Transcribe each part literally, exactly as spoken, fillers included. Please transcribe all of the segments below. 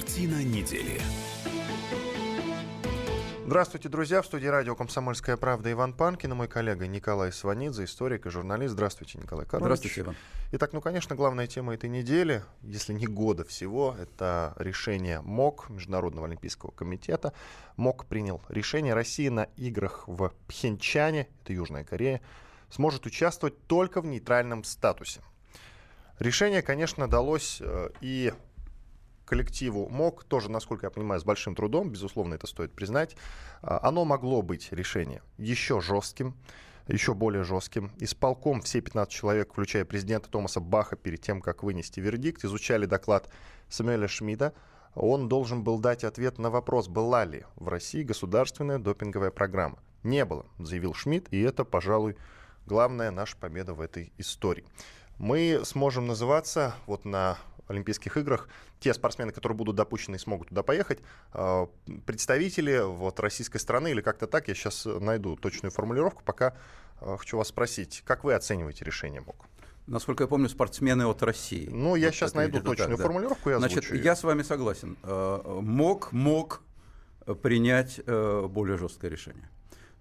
Картина недели. Здравствуйте, друзья. В студии радио «Комсомольская правда» Иван Панкин и мой коллега Николай Сванидзе, историк и журналист. Здравствуйте, Николай Карлович. Здравствуйте, Иван. Итак, ну, конечно, главная тема этой недели, если не года всего, это решение МОК, Международного олимпийского комитета. МОК принял решение: Россия на играх в Пхенчхане, это Южная Корея, сможет участвовать только в нейтральном статусе. Решение, конечно, далось э, и коллективу МОК, тоже, насколько я понимаю, с большим трудом, безусловно, это стоит признать. Оно могло быть, решение, еще жестким, еще более жестким. Исполком, все пятнадцать человек, включая президента Томаса Баха, перед тем, как вынести вердикт, изучали доклад Самуэля Шмидта. Он должен был дать ответ на вопрос, была ли в России государственная допинговая программа. Не было, заявил Шмидт, и это, пожалуй, главная наша победа в этой истории. Мы сможем называться вот на Олимпийских играх, те спортсмены, которые будут допущены и смогут туда поехать, представители вот российской страны или как-то так, я сейчас найду точную формулировку, пока хочу вас спросить, как вы оцениваете решение МОК? Насколько я помню, спортсмены от России. Ну, я вот сейчас найду точную так, формулировку да. и озвучу. Значит, я с вами согласен. МОК мог принять более жесткое решение.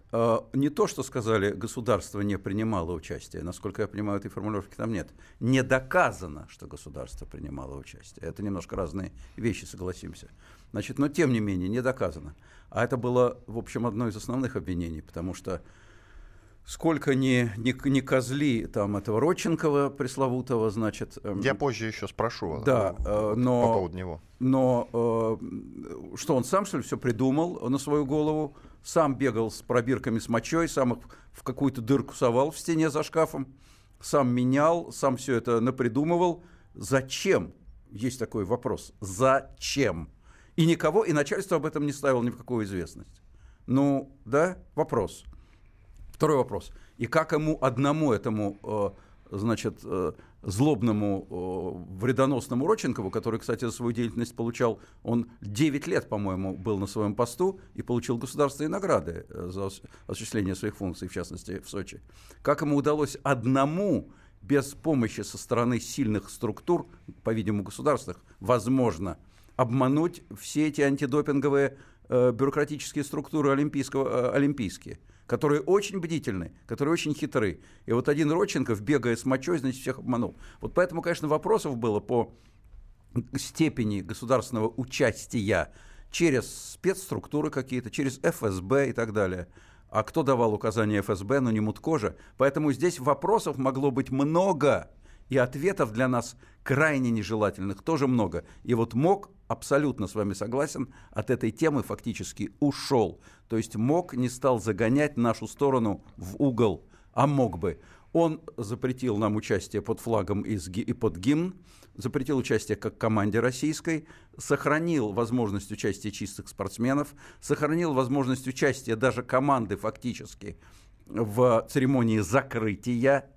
Не то, что сказали, государство не принимало участие. Насколько я понимаю, этой формулировки там нет. Не доказано, что государство принимало участие. Это немножко разные вещи, согласимся. Значит, но тем не менее, не доказано. А это было, в общем, одно из основных обвинений, потому что сколько ни, ни, ни козли там этого Родченкова пресловутого, значит... Я позже еще спрошу да, э, но, по поводу него. Но э, что, он сам, что ли, все придумал на свою голову, сам бегал с пробирками с мочой, сам их в какую-то дырку совал в стене за шкафом, сам менял, сам все это напридумывал. Зачем? Есть такой вопрос. Зачем? И никого, и начальство об этом не ставило ни в какую известность. Ну, да, вопрос. Второй вопрос. И как ему одному этому, э, значит, э, злобному, э, вредоносному Родченкову, который, кстати, за свою деятельность получал, он девять лет, по-моему, был на своем посту и получил государственные награды за осуществление своих функций, в частности, в Сочи. Как ему удалось одному, без помощи со стороны сильных структур, по-видимому, государственных, возможно, обмануть все эти антидопинговые э, бюрократические структуры олимпийского, э, олимпийские, которые очень бдительны, которые очень хитры. И вот один Родченков, бегая с мочой, значит, всех обманул. Вот поэтому, конечно, вопросов было по степени государственного участия через спецструктуры какие-то, через эф эс бэ и так далее. А кто давал указания эф эс бэ? Ну, не Муткожа. Поэтому здесь вопросов могло быть много, и ответов для нас крайне нежелательных тоже много. И вот МОК, абсолютно с вами согласен, от этой темы фактически ушел. То есть МОК не стал загонять нашу сторону в угол, а мог бы. Он запретил нам участие под флагом и под гимн, запретил участие как команде российской, сохранил возможность участия чистых спортсменов, сохранил возможность участия даже команды фактически в церемонии закрытия.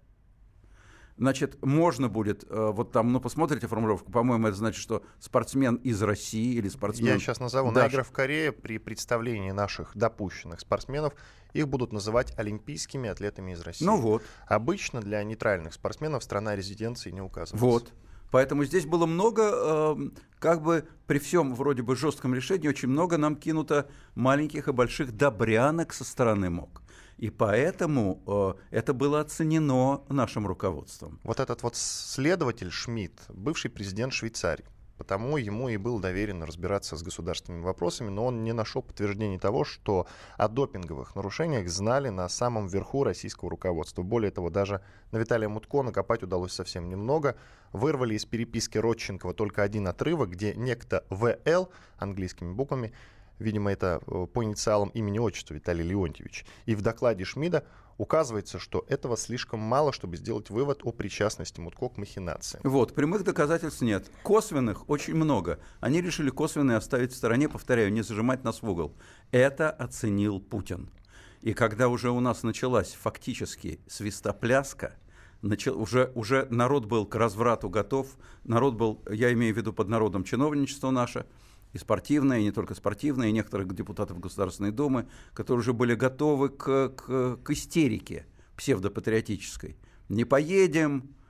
Значит, можно будет, э, вот там, ну, посмотрите формулировку, по-моему, это значит, что спортсмен из России или спортсмен... Я сейчас назову. Да. На играх в Корее при представлении наших допущенных спортсменов их будут называть олимпийскими атлетами из России. Ну вот. Обычно для нейтральных спортсменов страна резиденции не указывается. Вот. Поэтому здесь было много, э, как бы при всем вроде бы жестком решении, очень много нам кинуто маленьких и больших добрянок со стороны МОК. И поэтому э, это было оценено нашим руководством. Вот этот вот следователь Шмидт, бывший президент Швейцарии, потому ему и было доверено разбираться с государственными вопросами, но он не нашел подтверждений того, что о допинговых нарушениях знали на самом верху российского руководства. Более того, даже на Виталия Мутко накопать удалось совсем немного. Вырвали из переписки Родченкова только один отрывок, где некто вэ эл, английскими буквами, видимо, это по инициалам имени-отчества Виталий Леонтьевич. И в докладе Шмидта указывается, что этого слишком мало, чтобы сделать вывод о причастности Мутко к махинациям. Вот, прямых доказательств нет. Косвенных очень много. Они решили косвенные оставить в стороне, повторяю, не зажимать нас в угол. Это оценил Путин. И когда уже у нас началась фактически свистопляска, начал, уже, уже народ был к разврату готов, народ был, я имею в виду под народом чиновничество наше, и спортивное, и не только спортивное, и некоторых депутатов Государственной Думы, которые уже были готовы к, к, к истерике псевдопатриотической. Не поедем,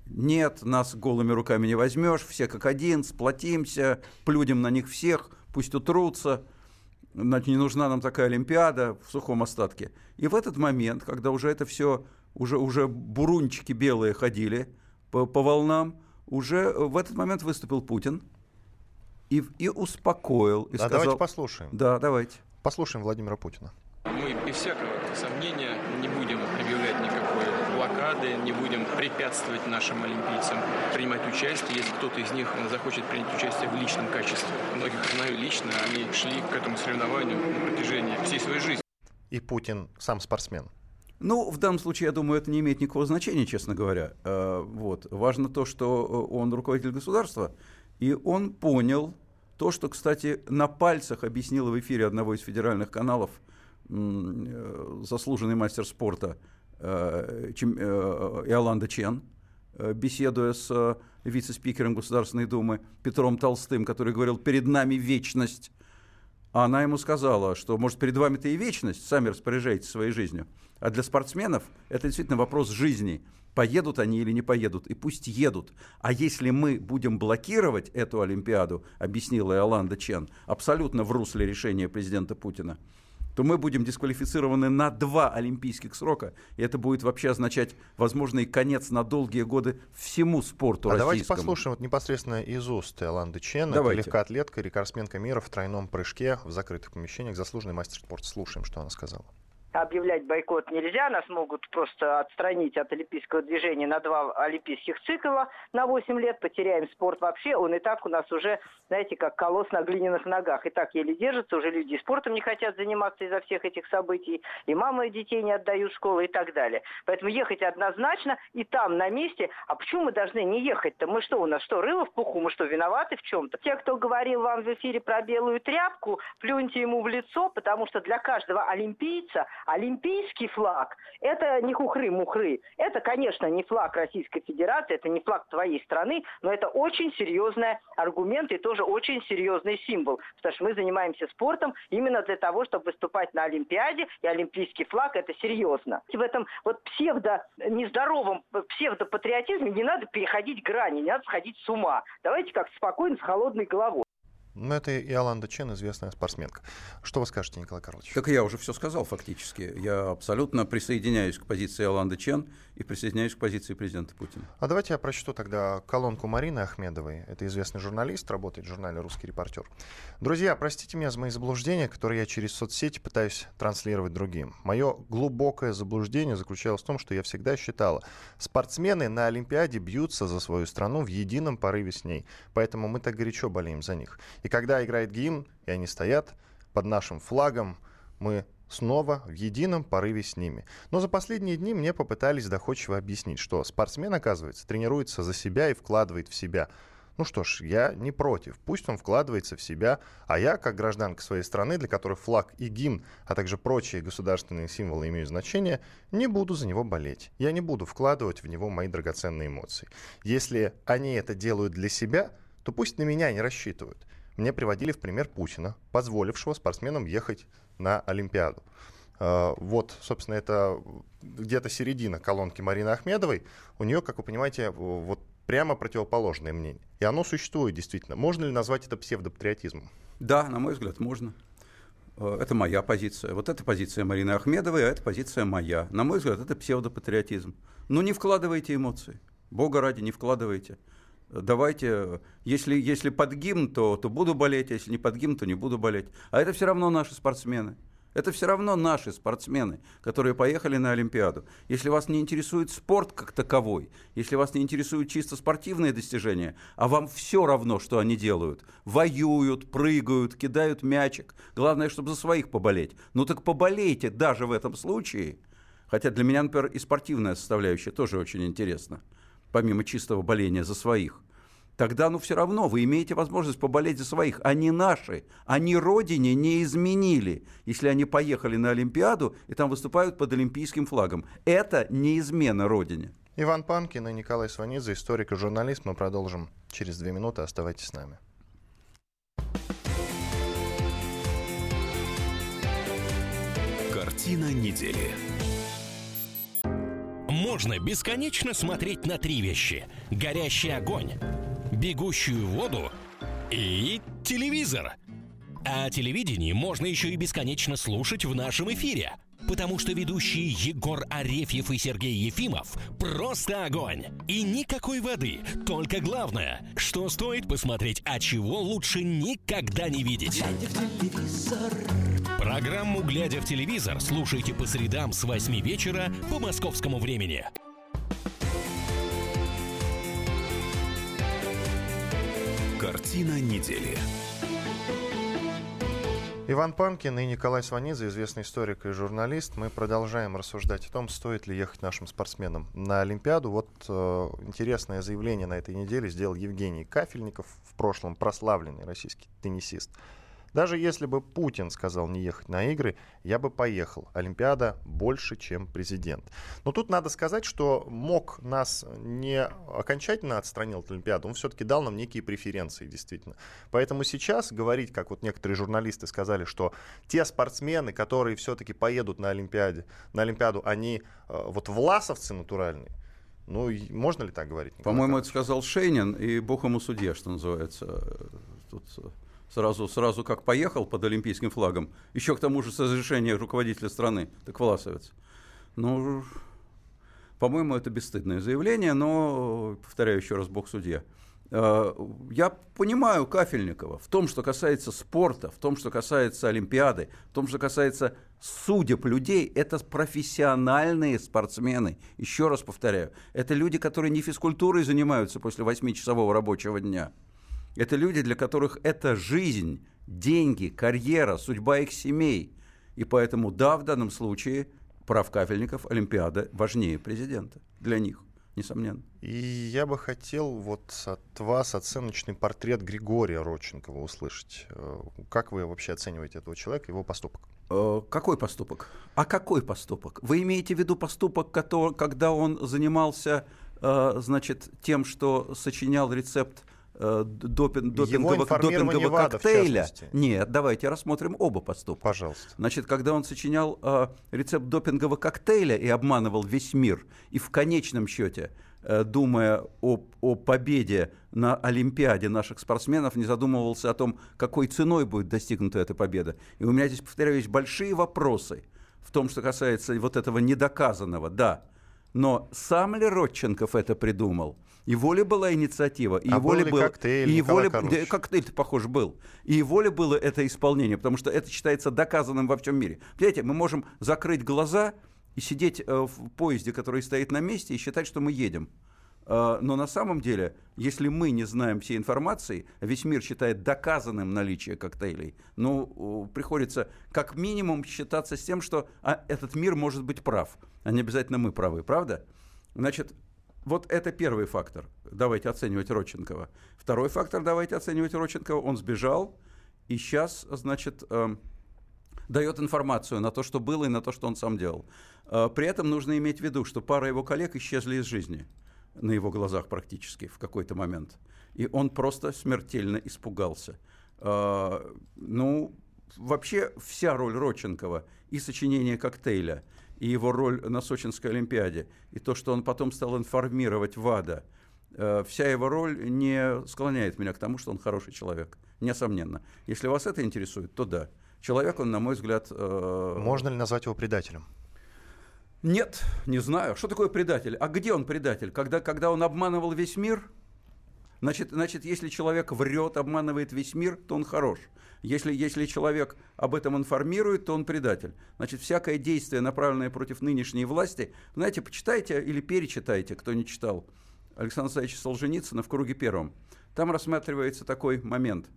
нет, нас голыми руками не возьмешь, все как один, сплотимся, плюнем на них всех, пусть утрутся, значит, не нужна нам такая Олимпиада в сухом остатке. И в этот момент, когда уже это все, уже, уже бурунчики белые ходили по, по волнам, уже в этот момент выступил Путин и, и успокоил. И да, сказал, давайте послушаем. Да, давайте. Послушаем Владимира Путина. Мы без всякого сомнения не будем объявлять никакой блокады, не будем препятствовать нашим олимпийцам принимать участие, если кто-то из них захочет принять участие в личном качестве. Многих знаю лично, они шли к этому соревнованию на протяжении всей своей жизни. И Путин сам спортсмен. Ну, в данном случае, я думаю, это не имеет никакого значения, честно говоря. Вот. Важно то, что он руководитель государства, и он понял то, что, кстати, на пальцах объяснила в эфире одного из федеральных каналов заслуженный мастер спорта Иоланда Чен, беседуя с вице-спикером Государственной Думы Петром Толстым, который говорил: «Перед нами вечность». А она ему сказала, что, может, перед вами-то и вечность, сами распоряжайтесь своей жизнью. А для спортсменов это действительно вопрос жизни. Поедут они или не поедут, и пусть едут. А если мы будем блокировать эту Олимпиаду, объяснила Иоланда Чен, абсолютно в русле решения президента Путина, то мы будем дисквалифицированы на два олимпийских срока, и это будет вообще означать возможный конец на долгие годы всему спорту а российскому. Давайте послушаем вот непосредственно из уст Иоланды Чен. Давайте. Это легкоатлетка, рекордсменка мира в тройном прыжке в закрытых помещениях, заслуженный мастер спорта. Слушаем, что она сказала. Объявлять бойкот нельзя, нас могут просто отстранить от олимпийского движения на два олимпийских цикла на восемь лет, потеряем спорт вообще, он и так у нас уже, знаете, как колосс на глиняных ногах, и так еле держится, уже люди спортом не хотят заниматься из-за всех этих событий, и мамы детей не отдают в школу и так далее. Поэтому ехать однозначно, и там на месте, а почему мы должны не ехать-то? Мы что, у нас что, рыло в пуху, мы что, виноваты в чем-то? Те, кто говорил вам в эфире про белую тряпку, плюньте ему в лицо, потому что для каждого олимпийца олимпийский флаг – это не хухры-мухры. Это, конечно, не флаг Российской Федерации, это не флаг твоей страны, но это очень серьезный аргумент и тоже очень серьезный символ. Потому что мы занимаемся спортом именно для того, чтобы выступать на Олимпиаде, и олимпийский флаг – это серьезно. В этом вот псевдо-нездоровом псевдопатриотизме не надо переходить грани, не надо сходить с ума. Давайте как-то спокойно, с холодной головой. Ну, это Иоланда Чен, известная спортсменка. Что вы скажете, Николай Карлович? Так я уже все сказал фактически. Я абсолютно присоединяюсь к позиции Иоланды Чен и присоединяюсь к позиции президента Путина. А давайте я прочту тогда колонку Марины Ахмедовой. Это известный журналист, работает в журнале «Русский репортер». Друзья, простите меня за мои заблуждения, которые я через соцсети пытаюсь транслировать другим. Мое глубокое заблуждение заключалось в том, что я всегда считала, спортсмены на Олимпиаде бьются за свою страну в едином порыве с ней. Поэтому мы так горячо болеем за них. И когда играет гимн, и они стоят под нашим флагом, мы снова в едином порыве с ними. Но за последние дни мне попытались доходчиво объяснить, что спортсмен, оказывается, тренируется за себя и вкладывает в себя. Ну что ж, я не против. Пусть он вкладывается в себя, а я, как гражданка своей страны, для которой флаг и гимн, а также прочие государственные символы имеют значение, не буду за него болеть. Я не буду вкладывать в него мои драгоценные эмоции. Если они это делают для себя, то пусть на меня не рассчитывают. Мне приводили в пример Путина, позволившего спортсменам ехать на Олимпиаду. Вот, собственно, это где-то середина колонки Марины Ахмедовой. У нее, как вы понимаете, вот прямо противоположное мнение. И оно существует действительно. Можно ли назвать это псевдопатриотизмом? Да, на мой взгляд, можно. Это моя позиция. Вот это позиция Марины Ахмедовой, а это позиция моя. На мой взгляд, это псевдопатриотизм. Но не вкладывайте эмоции. Бога ради, не вкладывайте. Давайте, если, если под гимн, то, то буду болеть, а если не под гимн, то не буду болеть. А это все равно наши спортсмены. Это все равно наши спортсмены, которые поехали на Олимпиаду. Если вас не интересует спорт как таковой, если вас не интересуют чисто спортивные достижения, а вам все равно, что они делают, воюют, прыгают, кидают мячик, главное, чтобы за своих поболеть. Ну так поболейте даже в этом случае. Хотя для меня, например, и спортивная составляющая тоже очень интересна. Помимо чистого боления за своих, тогда, ну, все равно вы имеете возможность поболеть за своих. Они наши, они родине не изменили, если они поехали на Олимпиаду и там выступают под олимпийским флагом. Это не измена родине. Иван Панкин и Николай Сванидзе, историк и журналист. Мы продолжим через две минуты. Оставайтесь с нами. Картина недели. можно бесконечно смотреть на три вещи: горящий огонь, бегущую воду и телевизор. А телевидение можно еще и бесконечно слушать в нашем эфире, потому что ведущие Егор Арефьев и Сергей Ефимов просто огонь. И никакой воды, только главное, что стоит посмотреть, а чего лучше никогда не видеть. Программу «Глядя в телевизор» слушайте по средам с восьми вечера по московскому времени. Картина недели. Иван Панкин и Николай Сванидзе, известный историк и журналист. Мы продолжаем рассуждать о том, стоит ли ехать нашим спортсменам на Олимпиаду. Вот э, интересное заявление на этой неделе сделал Евгений Кафельников, в прошлом прославленный российский теннисист. Даже если бы Путин сказал не ехать на игры, я бы поехал. Олимпиада больше, чем президент. Но тут надо сказать, что МОК нас не окончательно отстранил от Олимпиады, он все-таки дал нам некие преференции, действительно. Поэтому сейчас говорить, как вот некоторые журналисты сказали, что те спортсмены, которые все-таки поедут на Олимпиаде, на Олимпиаду, они э, вот власовцы натуральные. Ну, можно ли так говорить? По-моему, это сказал Шейнин, и бог ему судья, что называется. Тут... Сразу, сразу как поехал под олимпийским флагом, еще к тому же с разрешения руководителя страны, так власовец. Ну, по-моему, это бесстыдное заявление, но, повторяю еще раз, бог судья. Я понимаю Кафельникова в том, что касается спорта, в том, что касается Олимпиады, в том, что касается судеб людей, это профессиональные спортсмены. Еще раз повторяю, это люди, которые не физкультурой занимаются после восьмичасового рабочего дня. Это люди, для которых это жизнь, деньги, карьера, судьба их семей. И поэтому, да, в данном случае, прав Кафельников, Олимпиада важнее президента. Для них, несомненно. И я бы хотел вот от вас оценочный портрет Григория Родченкова услышать. Как вы вообще оцениваете этого человека, его поступок? Какой поступок? А какой поступок? Вы имеете в виду поступок, который, когда он занимался, значит, тем, что сочинял рецепт Допинг, допингового, допингового ВАДА, коктейля. Нет, давайте рассмотрим оба поступка. Пожалуйста. Значит, когда он сочинял э, рецепт допингового коктейля и обманывал весь мир, и в конечном счете, э, думая о, о победе на Олимпиаде наших спортсменов, не задумывался о том, какой ценой будет достигнута эта победа. И у меня здесь, повторяю, есть большие вопросы в том, что касается вот этого недоказанного, да. Но сам ли Родченков это придумал? Его ли была инициатива? И а его был ли ли был... коктейль, и его ли... да, коктейль-то, похоже, был. И его ли было это исполнение? Потому что это считается доказанным во всем мире. Понимаете, мы можем закрыть глаза и сидеть э, в поезде, который стоит на месте, и считать, что мы едем. Э, но на самом деле, если мы не знаем всей информации, весь мир считает доказанным наличие коктейлей, ну, э, приходится как минимум считаться с тем, что а, этот мир может быть прав. А не обязательно мы правы, правда? Значит, вот это первый фактор. Давайте оценивать Родченкова. Второй фактор, давайте оценивать Родченкова. Он сбежал и сейчас, значит, э, дает информацию на то, что было, и на то, что он сам делал. Э, при этом нужно иметь в виду, что пара его коллег исчезли из жизни на его глазах практически в какой-то момент. И он просто смертельно испугался. Э, ну, вообще вся роль Родченкова и сочинение коктейля, и его роль на Сочинской Олимпиаде, и то, что он потом стал информировать ВАДА, э, вся его роль не склоняет меня к тому, что он хороший человек. Несомненно. Если вас это интересует, то да. Человек, он, на мой взгляд... Э... Можно ли назвать его предателем? Нет, не знаю. Что такое предатель? А где он предатель? Когда, когда он обманывал весь мир? Значит, значит, если человек врет, обманывает весь мир, то он хорош. Если, если человек об этом информирует, то он предатель. Значит, всякое действие, направленное против нынешней власти, знаете, почитайте или перечитайте, кто не читал, Александра Александровича Солженицына в «Круге первом». Там рассматривается такой момент.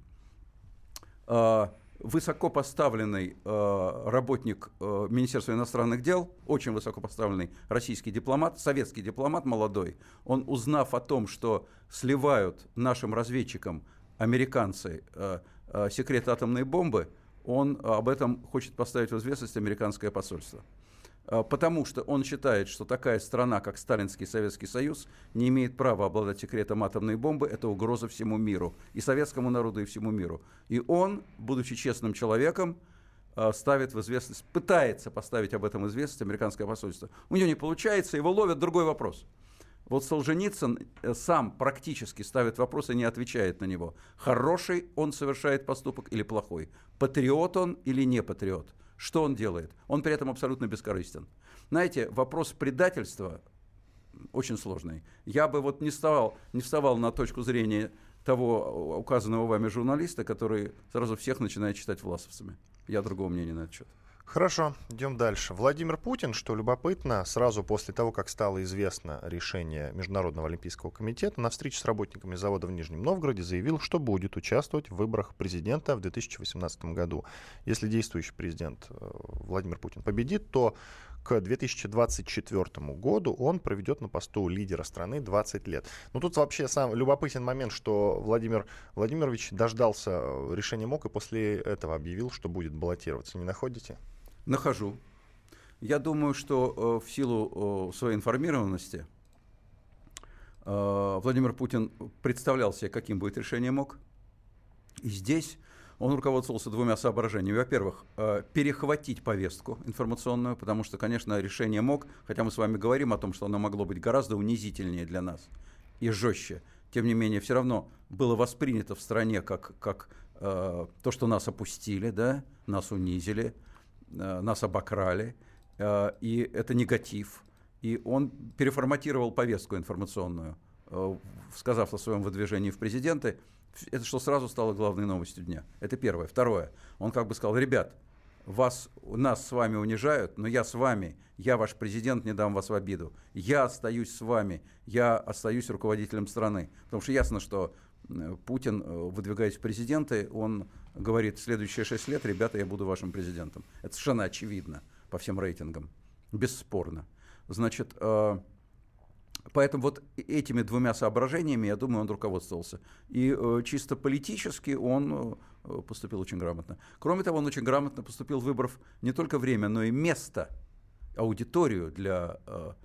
Высокопоставленный работник Министерства иностранных дел, очень высокопоставленный российский дипломат, советский дипломат молодой, он, узнав о том, что сливают нашим разведчикам американцы секрет атомной бомбы, он об этом хочет поставить в известность американское посольство. Потому что он считает, что такая страна, как Сталинский Советский Союз, не имеет права обладать секретом атомной бомбы. Это угроза всему миру, и советскому народу, и всему миру. И он, будучи честным человеком, ставит в известность, пытается поставить об этом известность американское посольство. У него не получается, его ловят. Другой вопрос. Вот Солженицын сам практически ставит вопрос и не отвечает на него. Хороший он совершает поступок или плохой? Патриот он или не патриот? Что он делает? Он при этом абсолютно бескорыстен. Знаете, вопрос предательства очень сложный. Я бы вот не вставал, не вставал на точку зрения того указанного вами журналиста, который сразу всех начинает считать власовцами. Я другого мнения на этот счет. Хорошо, идем дальше. Владимир Путин, что любопытно, сразу после того, как стало известно решение Международного олимпийского комитета, на встрече с работниками завода в Нижнем Новгороде заявил, что будет участвовать в выборах президента в две тысячи восемнадцатом году. Если действующий президент Владимир Путин победит, то к две тысячи двадцать четвёртому году он проведет на посту лидера страны двадцать лет. Но тут вообще сам любопытен момент, что Владимир Владимирович дождался решения МОК и после этого объявил, что будет баллотироваться. Не находите? Нахожу. Я думаю, что э, в силу э, своей информированности э, Владимир Путин представлял себе, каким будет решение МОК. И здесь он руководствовался двумя соображениями. Во-первых, э, перехватить повестку информационную, потому что, конечно, решение МОК, хотя мы с вами говорим о том, что оно могло быть гораздо унизительнее для нас и жестче, тем не менее, все равно было воспринято в стране как, как э, то, что нас опустили, да, нас унизили, нас обокрали, и это негатив. И он переформатировал повестку информационную, сказав о своем выдвижении в президенты. Это что сразу стало главной новостью дня. Это первое. Второе. Он как бы сказал: ребят, вас, нас с вами унижают, но я с вами, я ваш президент, не дам вас в обиду. Я остаюсь с вами, я остаюсь руководителем страны. Потому что ясно, что Путин, выдвигаясь в президенты, он говорит: следующие шесть лет, ребята, я буду вашим президентом. Это совершенно очевидно по всем рейтингам, бесспорно. Значит, поэтому вот этими двумя соображениями, я думаю, он руководствовался. И чисто политически он поступил очень грамотно. Кроме того, он очень грамотно поступил, выбрав не только время, но и место, аудиторию для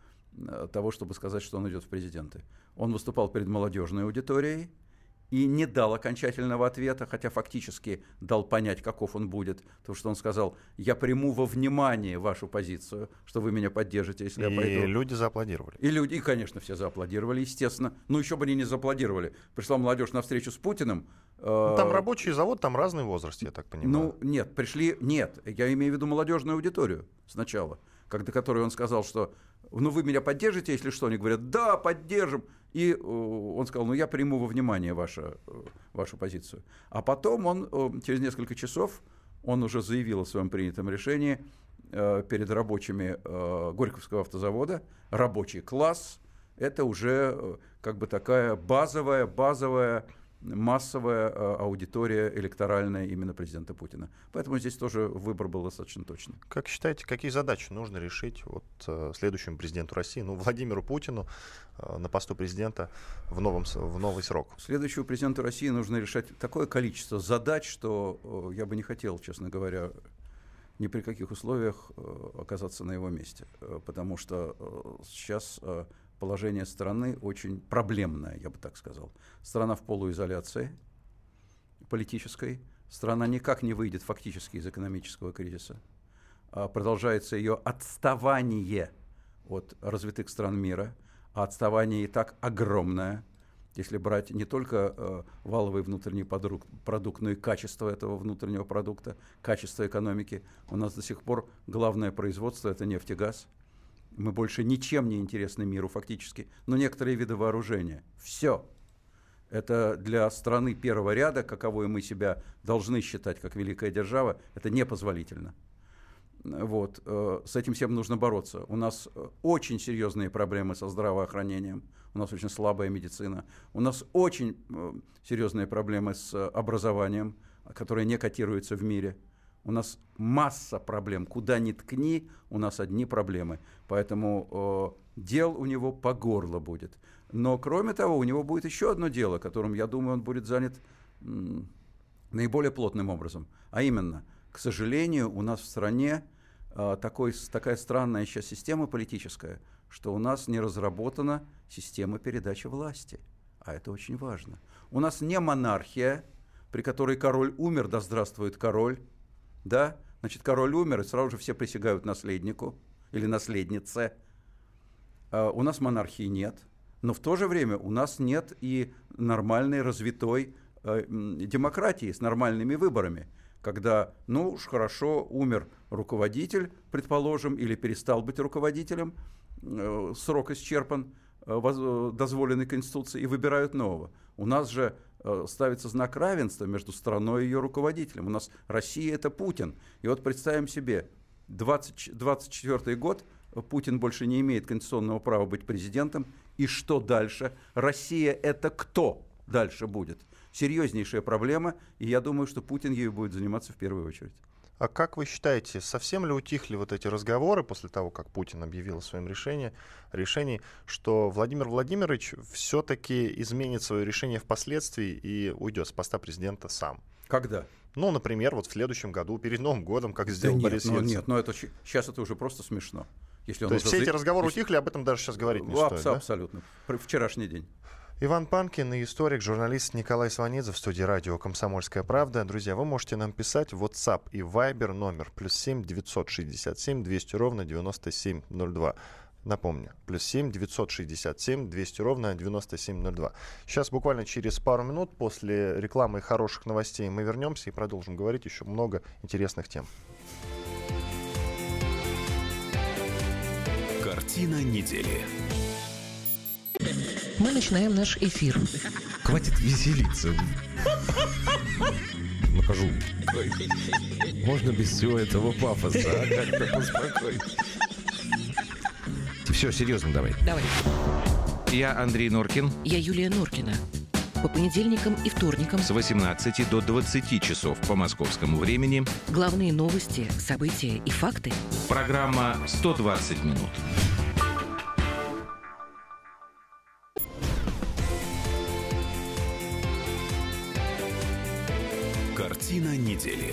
того, чтобы сказать, что он идет в президенты. Он выступал перед молодежной аудиторией и не дал окончательного ответа, хотя фактически дал понять, каков он будет. Потому что он сказал: я приму во внимание вашу позицию, что вы меня поддержите, если и я пойду. И люди зааплодировали. И люди, и, конечно, все зааплодировали, естественно. Ну, еще бы они не зааплодировали. Пришла молодежь на встречу с Путиным. Ну, там рабочий завод, там разный возраст, я так понимаю. Ну, нет, пришли... Нет, я имею в виду молодежную аудиторию сначала, когда, которой он сказал, что ну, вы меня поддержите, если что? Они говорят: да, поддержим. И он сказал: ну, я приму во внимание вашу, вашу позицию. А потом он, через несколько часов, он уже заявил о своем принятом решении перед рабочими Горьковского автозавода. Рабочий класс – это уже как бы такая базовая, базовая, массовая аудитория электоральная именно президента Путина. Поэтому здесь тоже выбор был достаточно точный. Как считаете, какие задачи нужно решить вот, э, следующему президенту России, ну, Владимиру Путину, э, на посту президента в, новом, в новый срок? Следующему президенту России нужно решать такое количество задач, что э, я бы не хотел, честно говоря, ни при каких условиях э, оказаться на его месте. Э, потому что э, сейчас... Э, положение страны очень проблемное, я бы так сказал. Страна в полуизоляции политической. Страна никак не выйдет фактически из экономического кризиса. Продолжается ее отставание от развитых стран мира. А отставание и так огромное. Если брать не только валовый внутренний продукт, но и качество этого внутреннего продукта, качество экономики. У нас до сих пор главное производство – это нефть и газ. Мы больше ничем не интересны миру фактически, но некоторые виды вооружения. Все. Это для страны первого ряда, каковой мы себя должны считать как великая держава, это непозволительно. Вот. С этим всем нужно бороться. У нас очень серьезные проблемы со здравоохранением, у нас очень слабая медицина, у нас очень серьезные проблемы с образованием, которое не котируется в мире. У нас масса проблем. Куда ни ткни, у нас одни проблемы. Поэтому э, дел у него по горло будет. Но, кроме того, у него будет еще одно дело, которым, я думаю, он будет занят м, наиболее плотным образом. А именно, к сожалению, у нас в стране э, такой, такая странная сейчас система политическая, что у нас не разработана система передачи власти. А это очень важно. У нас не монархия, при которой король умер, да здравствует король. Да? Значит, король умер, и сразу же все присягают наследнику или наследнице. У нас монархии нет, но в то же время у нас нет и нормальной, развитой демократии с нормальными выборами, когда, ну уж хорошо, умер руководитель, предположим, или перестал быть руководителем, срок исчерпан, дозволенной Конституцией, и выбирают нового. У нас же ставится знак равенства между страной и ее руководителем. У нас Россия – это Путин. И вот представим себе, двадцать четвёртый год, Путин больше не имеет конституционного права быть президентом. И что дальше? Россия – это кто дальше будет? Серьезнейшая проблема, и я думаю, что Путин ею будет заниматься в первую очередь. А как вы считаете, совсем ли утихли вот эти разговоры после того, как Путин объявил о своем решении, решении, что Владимир Владимирович все-таки изменит свое решение впоследствии и уйдет с поста президента сам? Когда? Ну, например, вот в следующем году, перед Новым годом, как сделал да нет, Борис ну, Ельцин. Нет, но это, сейчас это уже просто смешно. Если он То есть уже... все эти разговоры утихли, об этом даже сейчас говорить не Абс- стоит, Абсолютно. Да? Вчерашний день. Иван Панкин и историк, журналист Николай Сванидзе в студии радио «Комсомольская правда». Друзья, вы можете нам писать в WhatsApp и Viber номер плюс семь девятьсот шестьдесят семь двести ровно девяносто семь ноль два. Напомню, плюс семь девятьсот шестьдесят семь двести ровно девяносто семь ноль два. Сейчас буквально через пару минут после рекламы и хороших новостей мы вернемся и продолжим говорить еще много интересных тем. Картина недели. Мы начинаем наш эфир. Хватит веселиться. Накажу. Можно без всего этого пафоса, а? Как-то поспокойнее. Все, серьезно давай. Давай. Я Андрей Норкин. Я Юлия Норкина. По понедельникам и вторникам С восемнадцати до двадцати часов по московскому времени. Главные новости, события и факты. Программа «сто двадцать минут». Картина недели.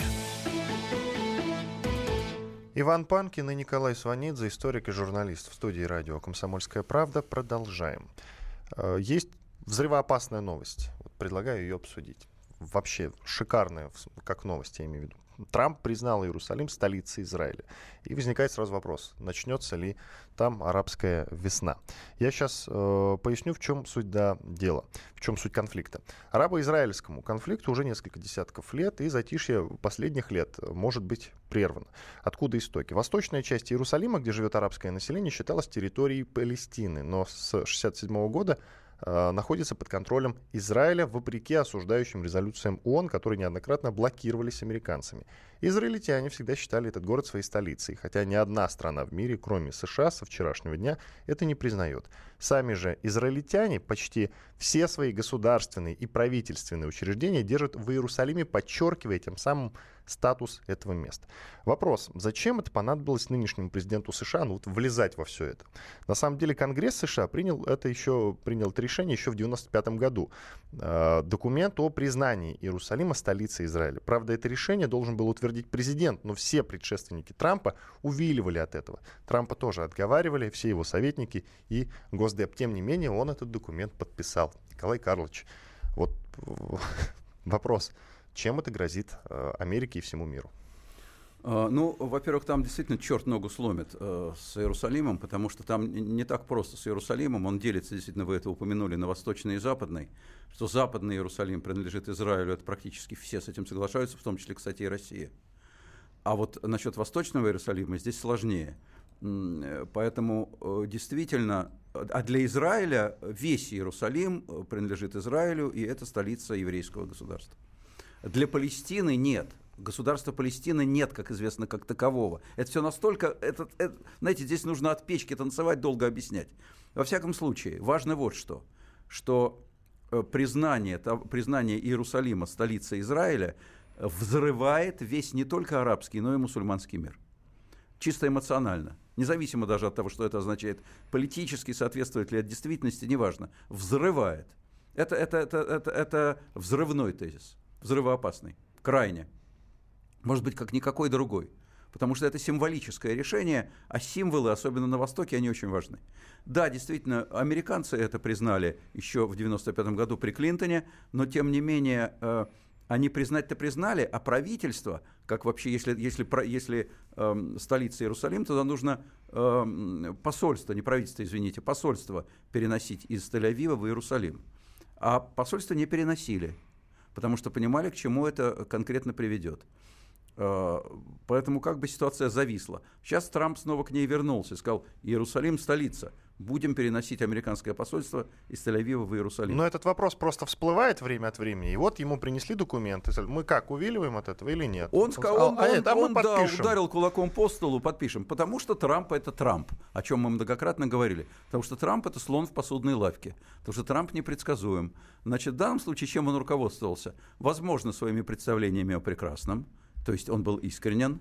Иван Панкин и Николай Сванидзе, историк и журналист в студии радио «Комсомольская правда». Продолжаем. Есть взрывоопасная новость. Вот предлагаю ее обсудить. Вообще шикарная, как новость, я имею в виду. Трамп признал Иерусалим столицей Израиля. И возникает сразу вопрос, начнется ли там арабская весна. Я сейчас э, поясню, в чем суть да, дела, в чем суть конфликта. Арабо-израильскому конфликту уже несколько десятков лет, и затишье последних лет может быть прервано. Откуда истоки? Восточная часть Иерусалима, где живет арабское население, считалась территорией Палестины, но с шестьдесят седьмого года находится под контролем Израиля, вопреки осуждающим резолюциям ООН, которые неоднократно блокировались американцами. Израильтяне всегда считали этот город своей столицей, хотя ни одна страна в мире, кроме США, со вчерашнего дня это не признает. Сами же израильтяне почти все свои государственные и правительственные учреждения держат в Иерусалиме, подчеркивая тем самым статус этого места. Вопрос, зачем это понадобилось нынешнему президенту США, ну вот влезать во все это? На самом деле Конгресс США принял это еще, принял это решение еще в девяносто пятом году. Э, документ о признании Иерусалима столицей Израиля. Правда, это решение должен был утвердить президент, но все предшественники Трампа увиливали от этого. Трампа тоже отговаривали, все его советники и Госдеп. Тем не менее, он этот документ подписал. Николай Карлович, вот вопрос. Чем это грозит э, Америке и всему миру? Uh, ну, во-первых, там действительно черт ногу сломит uh, с Иерусалимом, потому что там не так просто с Иерусалимом. Он делится, действительно, вы это упомянули, на восточный и западный. Что западный Иерусалим принадлежит Израилю, это практически все с этим соглашаются, в том числе, кстати, и Россия. А вот насчет восточного Иерусалима здесь сложнее. Поэтому uh, действительно, а для Израиля весь Иерусалим принадлежит Израилю, и это столица еврейского государства. Для Палестины нет. Государства Палестины нет, как известно, как такового. Это все настолько... Это, это, знаете, здесь нужно от печки танцевать, долго объяснять. Во всяком случае, важно вот что. Что признание, признание Иерусалима столицей Израиля взрывает весь не только арабский, но и мусульманский мир. Чисто эмоционально. Независимо даже от того, что это означает. Политически соответствует ли это действительности, неважно. Взрывает. Это, это, это, это, это взрывной тезис. Взрывоопасный. Крайне. Может быть, как никакой другой. Потому что это символическое решение, а символы, особенно на Востоке, они очень важны. Да, действительно, американцы это признали еще в девяносто пятом году при Клинтоне, но, тем не менее, Они признать-то признали, а правительство, как вообще, если, если, если э, столица Иерусалим, тогда нужно э, посольство, не правительство, извините, посольство переносить из Тель-Авива в Иерусалим. А посольство не переносили, потому что понимали, к чему это конкретно приведет. Э, поэтому как бы ситуация зависла. Сейчас Трамп снова к ней вернулся и сказал: Иерусалим – столица. Будем переносить американское посольство из Тель-Авива в Иерусалим. Но этот вопрос просто всплывает время от времени. И вот ему принесли документы. Мы как, увиливаем от этого или нет? Он, сказал, он, а, он, это, он, мы да, ударил кулаком по столу, подпишем. Потому что Трамп – это Трамп, о чем мы многократно говорили. Потому что Трамп – это слон в посудной лавке. Потому что Трамп непредсказуем. Значит, в данном случае чем он руководствовался? Возможно, своими представлениями о прекрасном. То есть он был искренен.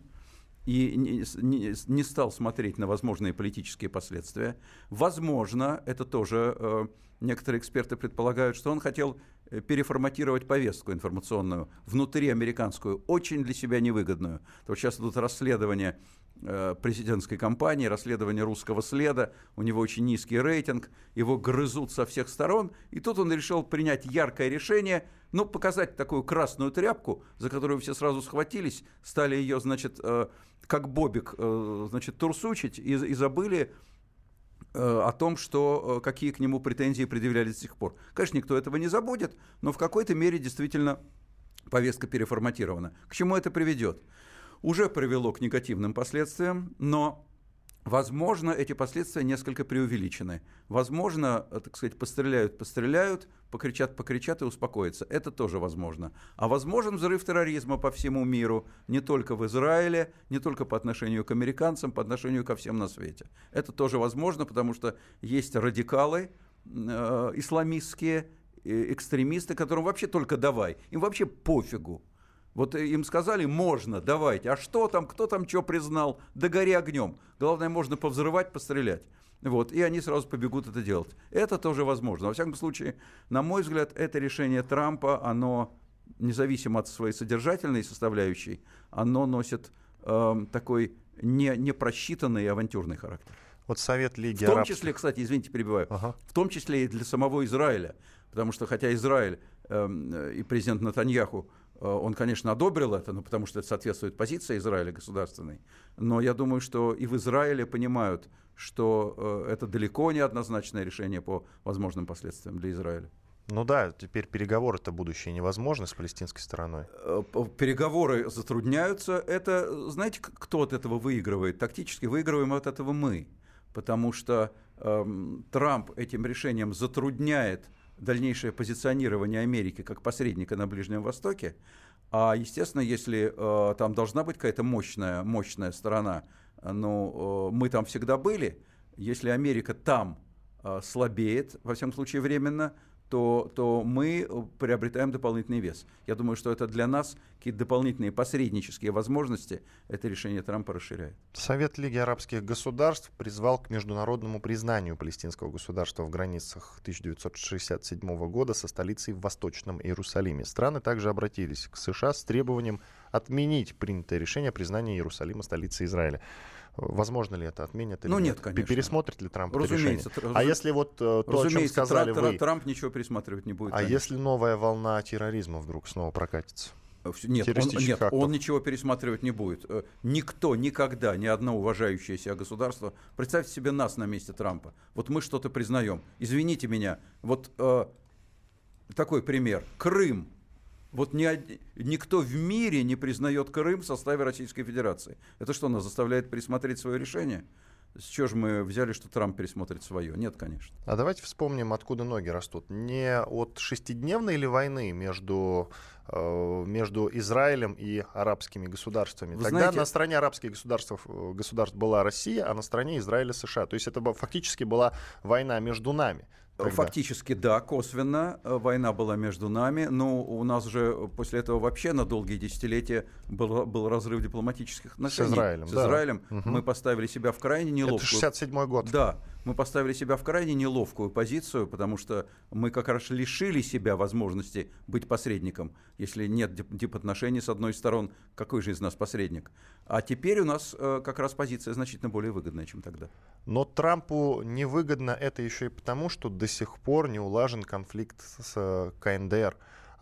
И не, не, не стал смотреть на возможные политические последствия. Возможно, это тоже э, некоторые эксперты предполагают, что он хотел переформатировать повестку информационную, внутри американскую, очень для себя невыгодную. То сейчас идут расследования э, президентской кампании, расследования русского следа, у него очень низкий рейтинг, его грызут со всех сторон, и тут он решил принять яркое решение, ну, показать такую красную тряпку, за которую все сразу схватились, стали ее, значит, э, как бобик, э, значит, турсучить, и, и забыли э, о том, что, э, какие к нему претензии предъявляли до сих пор. Конечно, никто этого не забудет, но в какой-то мере действительно повестка переформатирована. К чему это приведет? Уже привело к негативным последствиям, но, возможно, эти последствия несколько преувеличены. Возможно, так сказать, постреляют, постреляют, покричат, покричат и успокоятся. Это тоже возможно. А возможен взрыв терроризма по всему миру, не только в Израиле, не только по отношению к американцам, по отношению ко всем на свете. Это тоже возможно, потому что есть радикалы э, исламистские, э, экстремисты, которым вообще только давай, им вообще пофигу. Вот им сказали, можно, давайте. А что там, кто там что признал? Да гори огнем. Главное, можно повзрывать, пострелять. Вот, и они сразу побегут это делать. Это тоже возможно. Во всяком случае, на мой взгляд, это решение Трампа, оно, независимо от своей содержательной составляющей, оно носит э, такой не, непросчитанный и авантюрный характер. Вот Совет Лиги В том Арабских... числе, кстати, извините, перебиваю, ага. в том числе и для самого Израиля. Потому что, хотя Израиль э, и президент Нетаньяху, он, конечно, одобрил это, ну, потому что это соответствует позиции Израиля государственной. Но я думаю, что и в Израиле понимают, что э, это далеко не однозначное решение по возможным последствиям для Израиля. Ну да, теперь переговоры-то будущее невозможны с палестинской стороной. Переговоры затрудняются. Это, знаете, кто от этого выигрывает? Тактически выигрываем от этого мы. Потому что э, Трамп этим решением затрудняет дальнейшее позиционирование Америки как посредника на Ближнем Востоке, а, естественно, если э, там должна быть какая-то мощная, мощная сторона, ну, э, мы там всегда были, если Америка там э, слабеет, во всяком случае временно, то, то мы приобретаем дополнительный вес. Я думаю, что это для нас какие-то дополнительные посреднические возможности это решение Трампа расширяет. Совет Лиги Арабских Государств призвал к международному признанию палестинского государства в границах тысяча девятьсот шестьдесят седьмого года со столицей в Восточном Иерусалиме. Страны также обратились к США с требованием отменить принятое решение о признании Иерусалима столицей Израиля. Возможно ли это отменят или ну, нет? нет, конечно. Пересмотрит ли Трамп разумеется, это решение? Разум... А если вот то, о чем сказали Трамп, вы... Трамп ничего пересматривать не будет. А конечно. если новая волна терроризма вдруг снова прокатится? Нет, он, нет он ничего пересматривать не будет. Никто, никогда, ни одно уважающее себя государство... Представьте себе нас на месте Трампа. Вот мы что-то признаем. Извините меня, вот э, такой пример. Крым. Вот ни, никто в мире не признает Крым в составе Российской Федерации. Это что, нас заставляет пересмотреть свое решение? С чего же мы взяли, что Трамп пересмотрит свое? Нет, конечно. А давайте вспомним, откуда ноги растут. Не от шестидневной ли войны между, э, между Израилем и арабскими государствами? Вы Тогда знаете... на стороне арабских государств, государств была Россия, а на стороне Израиля США. То есть это фактически была война между нами. Тогда. Фактически, да, косвенно война была между нами, но у нас же после этого вообще на долгие десятилетия был, был разрыв дипломатических отношений. С Израилем, С да. Израилем. Угу. Мы поставили себя в крайне неловкую... Это шестьдесят седьмой год. Да, мы поставили себя в крайне неловкую позицию, потому что мы как раз лишили себя возможности быть посредником. Если нет дипотношений с одной из сторон, какой же из нас посредник? А теперь у нас э, как раз позиция значительно более выгодная, чем тогда. Но Трампу невыгодно это еще и потому, что до сих пор не улажен конфликт с КНДР.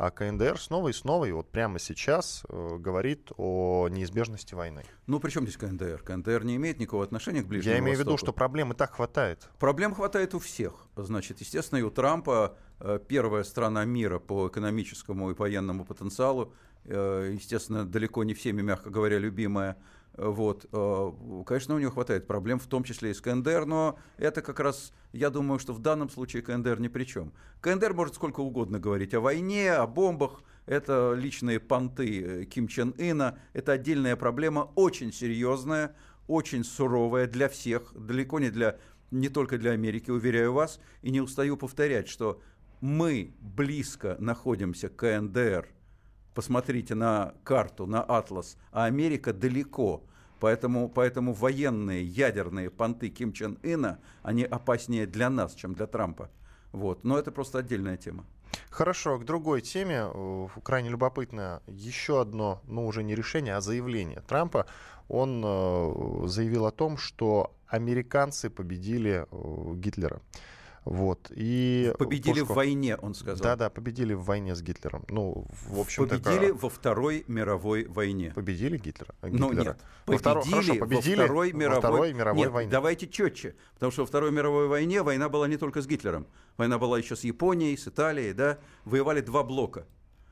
а КНДР снова и снова, и вот прямо сейчас э, говорит о неизбежности войны. Ну, при чем здесь КНДР? КНДР не имеет никакого отношения к Ближнему Востоку. Я имею в виду, что проблем и так хватает. Проблем хватает у всех. Значит, естественно, и у Трампа э, первая страна мира по экономическому и военному потенциалу, э, естественно, далеко не всеми, мягко говоря, любимая. Вот. Конечно, у него хватает проблем, в том числе и с КНДР, но это как раз, я думаю, что в данном случае КНДР ни при чем. КНДР может сколько угодно говорить о войне, о бомбах, это личные понты Ким Чен Ына, это отдельная проблема, очень серьезная, очень суровая для всех, далеко не, для, не только для Америки, уверяю вас, и не устаю повторять, что мы близко находимся к КНДР. Посмотрите на карту, на атлас, а Америка далеко. Поэтому, поэтому военные ядерные понты Ким Чен Ына, они опаснее для нас, чем для Трампа. Вот. Но это просто отдельная тема. Хорошо, к другой теме. Крайне любопытно еще одно, ну уже не решение, а заявление Трампа. Он э, заявил о том, что американцы победили э, Гитлера. Вот. И победили Пушков... в войне, он сказал. Да-да, победили в войне с Гитлером. Ну, в общем, победили так... во Второй мировой войне. Победили Гитлера? Гитлера. Ну нет, во победили, второ... Хорошо, победили во Второй мировой, во второй мировой нет, войне. Давайте четче, потому что во Второй мировой войне война была не только с Гитлером. Война была еще с Японией, с Италией, да, воевали два блока.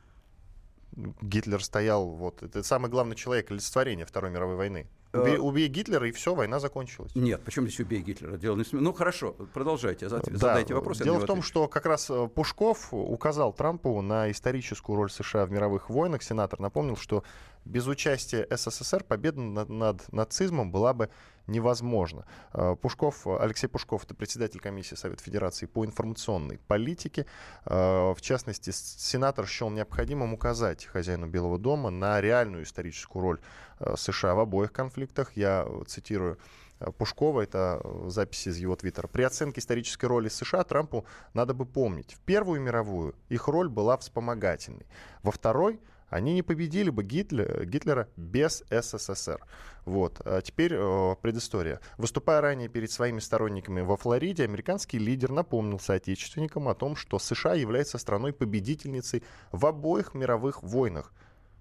Гитлер стоял, вот, это самый главный человек, олицетворение Второй мировой войны. Убей, убей Гитлера, и все, война закончилась. Нет, почему здесь убей Гитлера? Дело не см... Ну хорошо, продолжайте, задайте да, вопрос. Дело в том, что как раз Пушков указал Трампу на историческую роль США в мировых войнах. Сенатор напомнил, что без участия СССР победа над, над нацизмом была бы невозможна. Пушков, Алексей Пушков, это председатель комиссии Совета Федерации по информационной политике. В частности, сенатор счел необходимым указать хозяину Белого дома на реальную историческую роль США в обоих конфликтах. Я цитирую Пушкова, это запись из его твиттера. При оценке исторической роли США Трампу надо бы помнить, в Первую мировую их роль была вспомогательной. Во Второй они не победили бы Гитлер, Гитлера без СССР. Вот. А теперь э, предыстория. Выступая ранее перед своими сторонниками во Флориде, американский лидер напомнил соотечественникам о том, что США является страной-победительницей в обоих мировых войнах.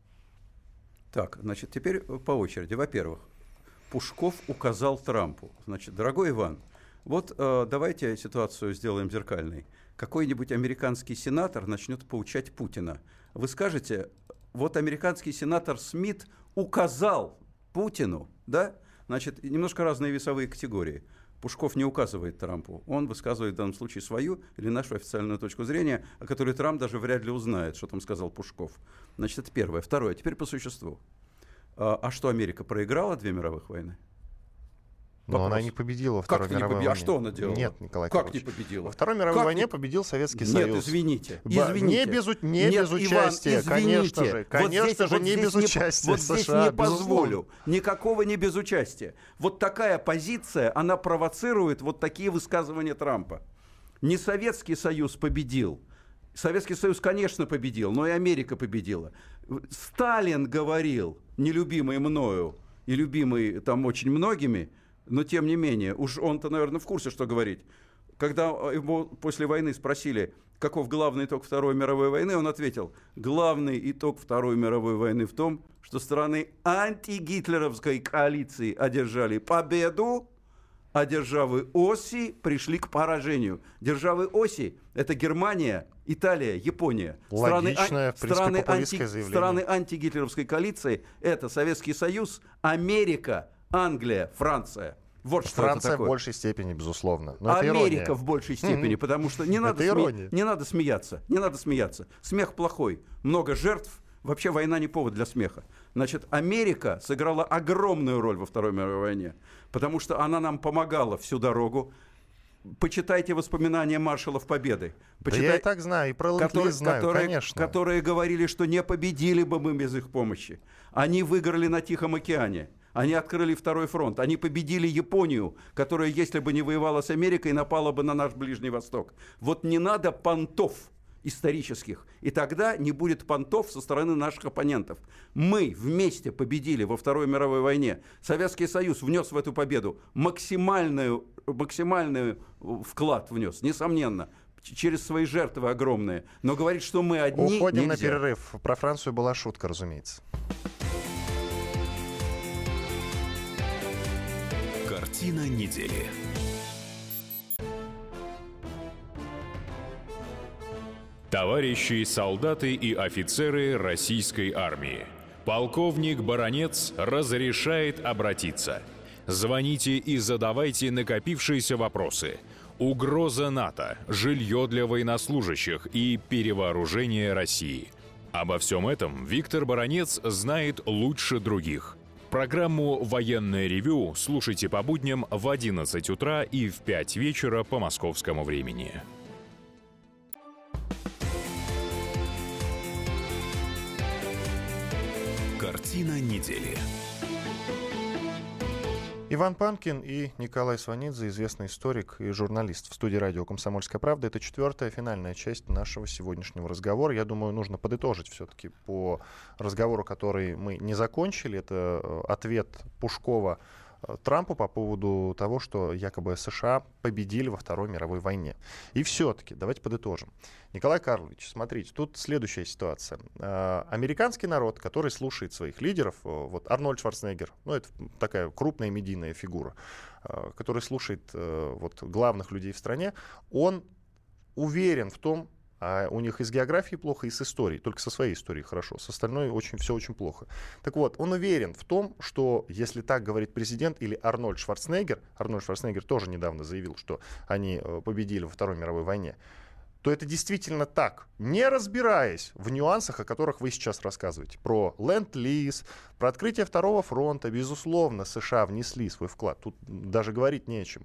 Так, значит, теперь по очереди. Во-первых, Пушков указал Трампу. Значит, дорогой Иван, вот э, давайте ситуацию сделаем зеркальной. Какой-нибудь американский сенатор начнет поучать Путина. Вы скажете, вот американский сенатор Смит указал Путину, да? Значит, немножко разные весовые категории. Пушков не указывает Трампу. Он высказывает в данном случае свою или нашу официальную точку зрения, о которой Трамп даже вряд ли узнает, что там сказал Пушков. Значит, это первое. Второе. Теперь по существу. А, а что, Америка проиграла две мировых войны? Но она не победила во Второй мировой войне. А что она делала? Нет, Николай Как Карлович. не победила? Во Второй мировой как войне не... победил Советский Нет, Союз. Нет, извините. Б... извините. Не без, не Нет, без участия, Иван, конечно же. Конечно вот здесь, же, вот не без не, участия вот США. здесь не безусловно. позволю. Никакого не без участия. Вот такая позиция, она провоцирует вот такие высказывания Трампа. Не Советский Союз победил. Советский Союз, конечно, победил, но и Америка победила. Сталин говорил, нелюбимый мною и любимый там очень многими, но тем не менее, уж он-то, наверное, в курсе, что говорить. Когда его после войны спросили, каков главный итог Второй мировой войны, он ответил, главный итог Второй мировой войны в том, что страны антигитлеровской коалиции одержали победу, а державы оси пришли к поражению. Державы оси – это Германия, Италия, Япония. Логичное, в принципе, страны, популистское анти, заявление. страны антигитлеровской коалиции – это Советский Союз, Америка, Англия, Франция. Вот что Франция это такое. в большей степени, безусловно. Но Америка это в большей степени, mm-hmm. потому что не надо, сме... не надо смеяться. Не надо смеяться. Смех плохой. Много жертв. Вообще война не повод для смеха. Значит, Америка сыграла огромную роль во Второй мировой войне, потому что она нам помогала всю дорогу. Почитайте воспоминания маршалов Победы. Почитай... Да я и так знаю, и про Ленд-Лиз знаю, которые, конечно. Которые говорили, что не победили бы мы без их помощи. Они выиграли на Тихом океане. Они открыли второй фронт. Они победили Японию, которая, если бы не воевала с Америкой, напала бы на наш Ближний Восток. Вот не надо понтов исторических. И тогда не будет понтов со стороны наших оппонентов. Мы вместе победили во Второй мировой войне. Советский Союз внес в эту победу максимальную, максимальный вклад внес, несомненно. через свои жертвы огромные. Но говорить, что мы одни, Уходим нельзя. на перерыв. Про Францию была шутка, разумеется. Картина недели. Товарищи солдаты и офицеры российской армии. Полковник Баранец разрешает обратиться. Звоните и задавайте накопившиеся вопросы. Угроза НАТО, жилье для военнослужащих и перевооружение России. Обо всем этом Виктор Баранец знает лучше других. Программу «Военное ревю» слушайте по будням в одиннадцать утра и в пять вечера по московскому времени. Картина недели. Иван Панкин и Николай Сванидзе, известный историк и журналист в студии радио «Комсомольская правда». Это четвертая, финальная часть нашего сегодняшнего разговора. Я думаю, нужно подытожить все-таки по разговору, который мы не закончили. Это ответ Пушкова Трампу по поводу того, что якобы США победили во Второй мировой войне. И все-таки, давайте подытожим. Николай Карлович, смотрите, тут следующая ситуация. Американский народ, который слушает своих лидеров, вот Арнольд Шварценеггер, ну это такая крупная медийная фигура, который слушает вот главных людей в стране, он уверен в том, а у них и с географией плохо, и с историей. Только со своей историей хорошо. С остальной очень, все очень плохо. Так вот, он уверен в том, что если так говорит президент или Арнольд Шварценеггер, Арнольд Шварценеггер тоже недавно заявил, что они победили во Второй мировой войне, то это действительно так, не разбираясь в нюансах, о которых вы сейчас рассказываете. Про ленд-лиз, про открытие Второго фронта. Безусловно, США внесли свой вклад. Тут даже говорить не о чем.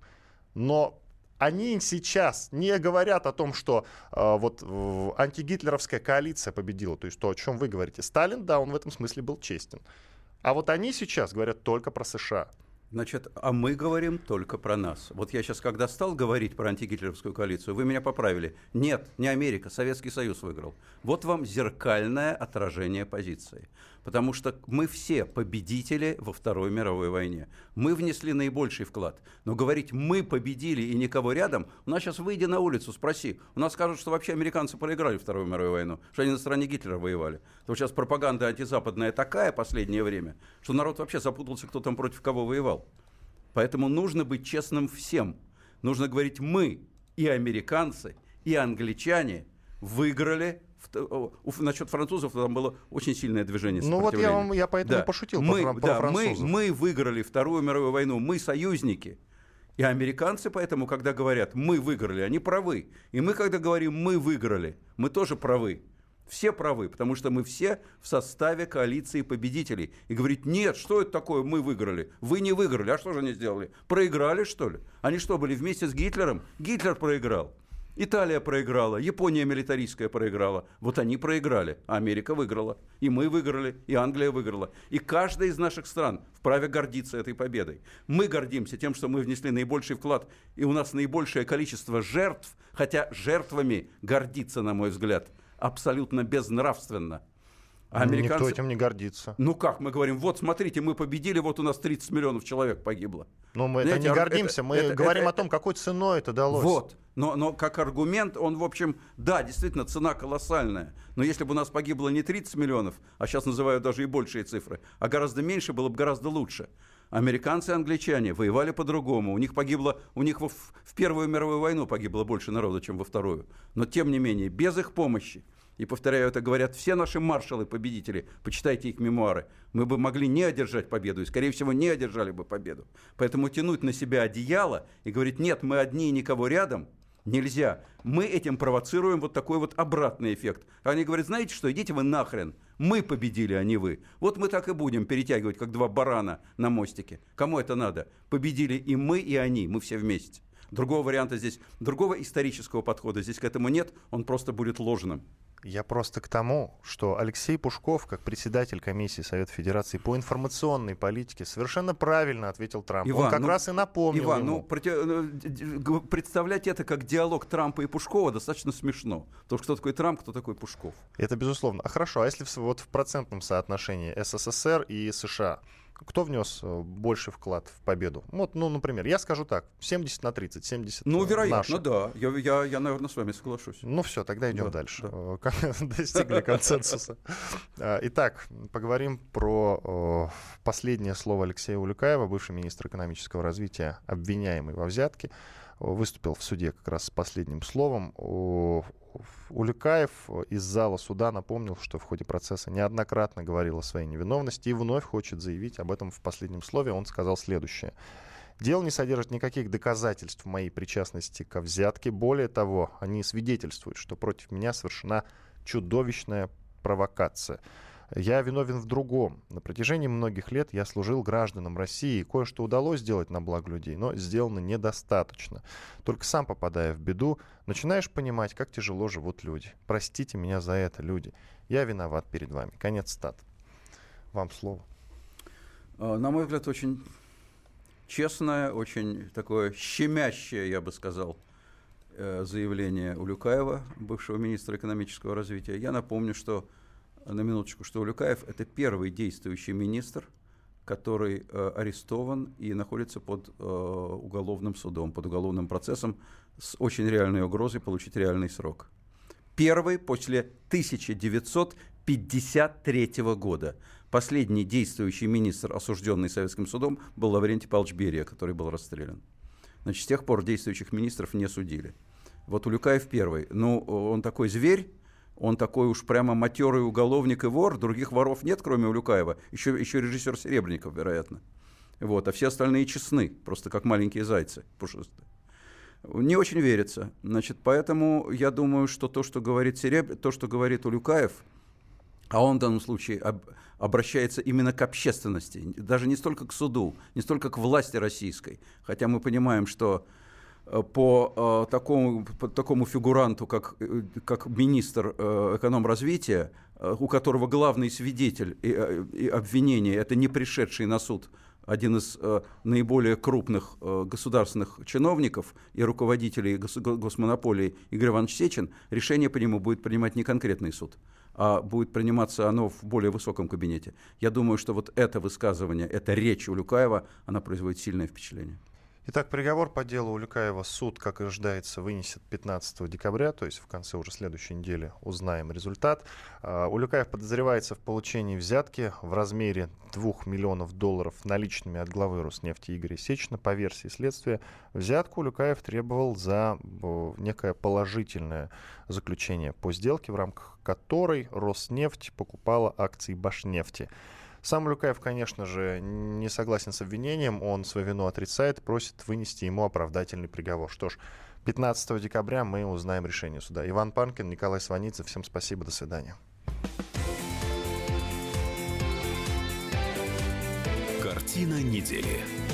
Но они сейчас не говорят о том, что э, вот э, антигитлеровская коалиция победила. То есть то, о чем вы говорите. Сталин, да, он в этом смысле был честен. А вот они сейчас говорят только про США. Значит, а мы говорим только про нас. Вот я сейчас, когда стал говорить про антигитлеровскую коалицию, вы меня поправили. Нет, не Америка, Советский Союз выиграл. Вот вам зеркальное отражение позиции. Потому что мы все победители во Второй мировой войне. Мы внесли наибольший вклад. Но говорить «мы победили и никого рядом», у нас сейчас выйди на улицу, спроси. У нас скажут, что вообще американцы проиграли Вторую мировую войну, что они на стороне Гитлера воевали. То сейчас пропаганда антизападная такая последнее время, что народ вообще запутался, кто там против кого воевал. Поэтому нужно быть честным всем. Нужно говорить «мы» и американцы, и англичане выиграли. Насчет французов там было очень сильное движение сопротивления. Ну вот я, вам, я поэтому да. пошутил мы, про, да, про французов. Мы, мы выиграли Вторую мировую войну, мы союзники. И американцы поэтому, когда говорят «мы выиграли», они правы. И мы, когда говорим «мы выиграли», мы тоже правы. Все правы, потому что мы все в составе коалиции победителей. И говорить, нет, что это такое, мы выиграли? Вы не выиграли, а что же они сделали? Проиграли, что ли? Они что, были вместе с Гитлером? Гитлер проиграл. Италия проиграла, Япония милитаристская проиграла. Вот они проиграли, а Америка выиграла. И мы выиграли, и Англия выиграла. И каждая из наших стран вправе гордиться этой победой. Мы гордимся тем, что мы внесли наибольший вклад, и у нас наибольшее количество жертв, хотя жертвами гордиться, на мой взгляд, абсолютно безнравственно. А американцы... Никто этим не гордится. Ну как, мы говорим, вот смотрите, мы победили, вот у нас тридцать миллионов человек погибло. Но мы Знаете, это не гордимся, это, мы это, говорим это, о том, какой ценой это далось. Вот, но, но как аргумент, он, в общем, да, действительно, цена колоссальная. Но если бы у нас погибло не тридцать миллионов, а сейчас называют даже и большие цифры, а гораздо меньше, было бы гораздо лучше. Американцы и англичане воевали по-другому. У них погибло, у них в, в Первую мировую войну погибло больше народу, чем во Вторую. Но, тем не менее, без их помощи, и, повторяю, это говорят все наши маршалы-победители, почитайте их мемуары, мы бы могли не одержать победу, и, скорее всего, не одержали бы победу. Поэтому тянуть на себя одеяло и говорить, нет, мы одни и никого рядом, нельзя. Мы этим провоцируем вот такой вот обратный эффект. Они говорят, знаете что, идите вы нахрен, мы победили, а не вы. Вот мы так и будем перетягивать, как два барана на мостике. Кому это надо? Победили и мы, и они, мы все вместе. Другого варианта здесь, другого исторического подхода здесь к этому нет, он просто будет ложным. Я просто к тому, что Алексей Пушков, как председатель комиссии Совета Федерации по информационной политике, совершенно правильно ответил Трампу. Иван, Он как ну, раз и напомнил Иван, ему. ну, против... представлять это как диалог Трампа и Пушкова достаточно смешно. Потому что кто такой Трамп, кто такой Пушков. Это безусловно. А хорошо, а если в, вот в процентном соотношении СССР и США? Кто внес больший вклад в победу? Вот, ну, например, я скажу так, семьдесят на тридцать, семьдесят Ну, вероятно, наши. да. Я, я, я, наверное, с вами соглашусь. Ну, все, тогда идем Да, дальше. да. Достигли консенсуса. Итак, поговорим про последнее слово Алексея Улюкаева, бывший министр экономического развития, обвиняемый во взятке. Выступил в суде как раз с последним словом. Улюкаев из зала суда напомнил, что в ходе процесса неоднократно говорил о своей невиновности и вновь хочет заявить об этом в последнем слове. Он сказал следующее. «Дело не содержит никаких доказательств моей причастности ко взятке. Более того, они свидетельствуют, что против меня совершена чудовищная провокация. Я виновен в другом. На протяжении многих лет я служил гражданам России, и кое-что удалось сделать на благо людей, но сделано недостаточно. Только сам, попадая в беду, начинаешь понимать, как тяжело живут люди. Простите меня за это, люди. Я виноват перед вами». Конец цитаты. Вам слово. На мой взгляд, очень честное, очень такое щемящее, я бы сказал, заявление Улюкаева, бывшего министра экономического развития. Я напомню, что на минуточку, что Улюкаев – это первый действующий министр, который э, арестован и находится под э, уголовным судом, под уголовным процессом с очень реальной угрозой получить реальный срок. Первый после тысяча девятьсот пятьдесят третьего года. Последний действующий министр, осужденный Советским судом, был Лаврентий Павлович Берия, который был расстрелян. Значит, с тех пор действующих министров не судили. Вот Улюкаев первый. Ну, он такой зверь. Он такой уж прямо матерый уголовник и вор. Других воров нет, кроме Улюкаева. Еще, еще режиссер Серебренников, вероятно. Вот. А все остальные честны, просто как маленькие зайцы пушистые. Не очень верится. Значит, поэтому я думаю, что то, что говорит Сереб... то, что говорит Улюкаев, а он в данном случае об... обращается именно к общественности, даже не столько к суду, не столько к власти российской. Хотя мы понимаем, что по, э, такому, по такому фигуранту, как, как министр э, экономразвития, э, у которого главный свидетель и, и обвинение – это не пришедший на суд один из э, наиболее крупных э, государственных чиновников и руководителей гос, госмонополии Игорь Иванович Сечин, решение по нему будет принимать не конкретный суд, а будет приниматься оно в более высоком кабинете. Я думаю, что вот это высказывание, эта речь Улюкаева, она производит сильное впечатление. Итак, приговор по делу Улюкаева суд, как и ожидается, вынесет пятнадцатого декабря, то есть в конце уже следующей недели узнаем результат. Улюкаев подозревается в получении взятки в размере двух миллионов долларов наличными от главы Роснефти Игоря Сечина. По версии следствия, взятку Улюкаев требовал за некое положительное заключение по сделке, в рамках которой Роснефть покупала акции Башнефти. Сам Улюкаев, конечно же, не согласен с обвинением, он свою вину отрицает, просит вынести ему оправдательный приговор. Что ж, пятнадцатого декабря мы узнаем решение суда. Иван Панкин, Николай Сванидзе, всем спасибо, до свидания. Картина недели.